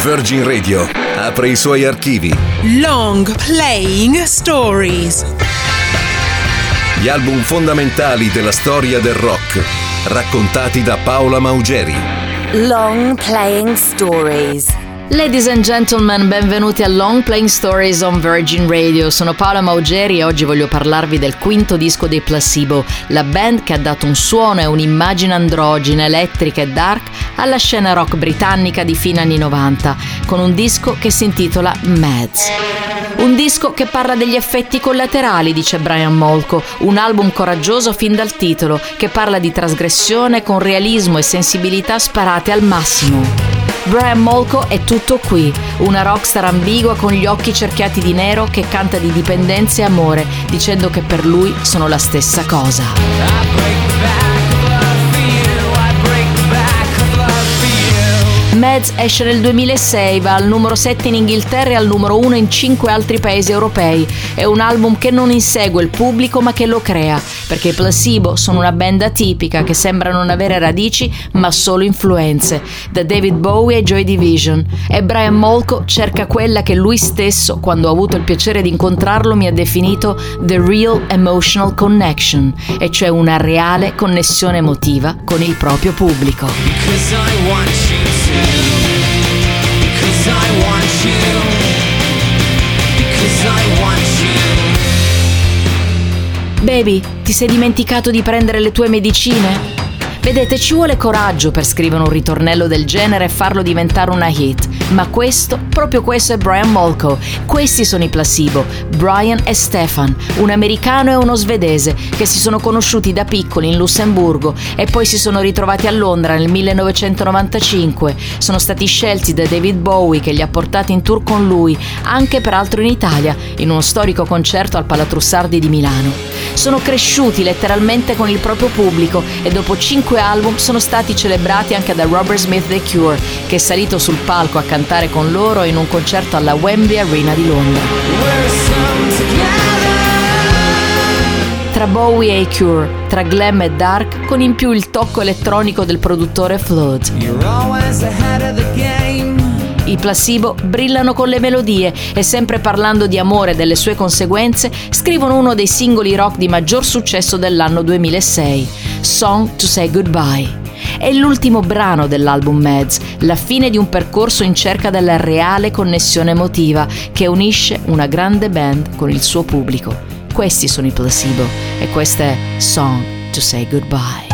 Virgin Radio apre i suoi archivi. Long Playing Stories. Gli album fondamentali della storia del rock, raccontati da Paola Maugeri. Long Playing Stories. Ladies and gentlemen, benvenuti a Long Playing Stories on Virgin Radio. Sono Paola Maugeri e oggi voglio parlarvi del quinto disco dei Placebo, la band che ha dato un suono e un'immagine androgina, elettrica e dark alla scena rock britannica di fine anni 90, con un disco che si intitola Meds. Un disco che parla degli effetti collaterali, dice Brian Molko, un album coraggioso fin dal titolo, che parla di trasgressione con realismo e sensibilità sparate al massimo. Brian Molko è tutto qui, una rockstar ambigua con gli occhi cerchiati di nero che canta di dipendenza e amore, dicendo che per lui sono la stessa cosa. Meds esce nel 2006, va al numero 7 in Inghilterra e al numero 1 in 5 altri paesi europei. È un album che non insegue il pubblico ma che lo crea, perché i Placebo sono una band atipica che sembra non avere radici ma solo influenze, da David Bowie e Joy Division. E Brian Molko cerca quella che lui stesso, quando ho avuto il piacere di incontrarlo, mi ha definito The Real Emotional Connection, e cioè una reale connessione emotiva con il proprio pubblico. Baby, ti sei dimenticato di prendere le tue medicine? Vedete, ci vuole coraggio per scrivere un ritornello del genere e farlo diventare una hit, ma proprio questo è Brian Molko. Questi sono i Placebo, Brian e Stefan, un americano e uno svedese, che si sono conosciuti da piccoli in Lussemburgo e poi si sono ritrovati a Londra nel 1995. Sono stati scelti da David Bowie, che li ha portati in tour con lui, anche peraltro in Italia, in uno storico concerto al Palatrussardi di Milano. Sono cresciuti letteralmente con il proprio pubblico e dopo 5 album sono stati celebrati anche da Robert Smith The Cure, che è salito sul palco a cantare con loro in un concerto alla Wembley Arena di Londra. Tra Bowie e i Cure, tra glam e dark, con in più il tocco elettronico del produttore Flood. I Placebo brillano con le melodie e, sempre parlando di amore e delle sue conseguenze, scrivono uno dei singoli rock di maggior successo dell'anno 2006, Song to Say Goodbye. È l'ultimo brano dell'album Meds, la fine di un percorso in cerca della reale connessione emotiva che unisce una grande band con il suo pubblico. Questi sono i Placebo e questa è Song to Say Goodbye.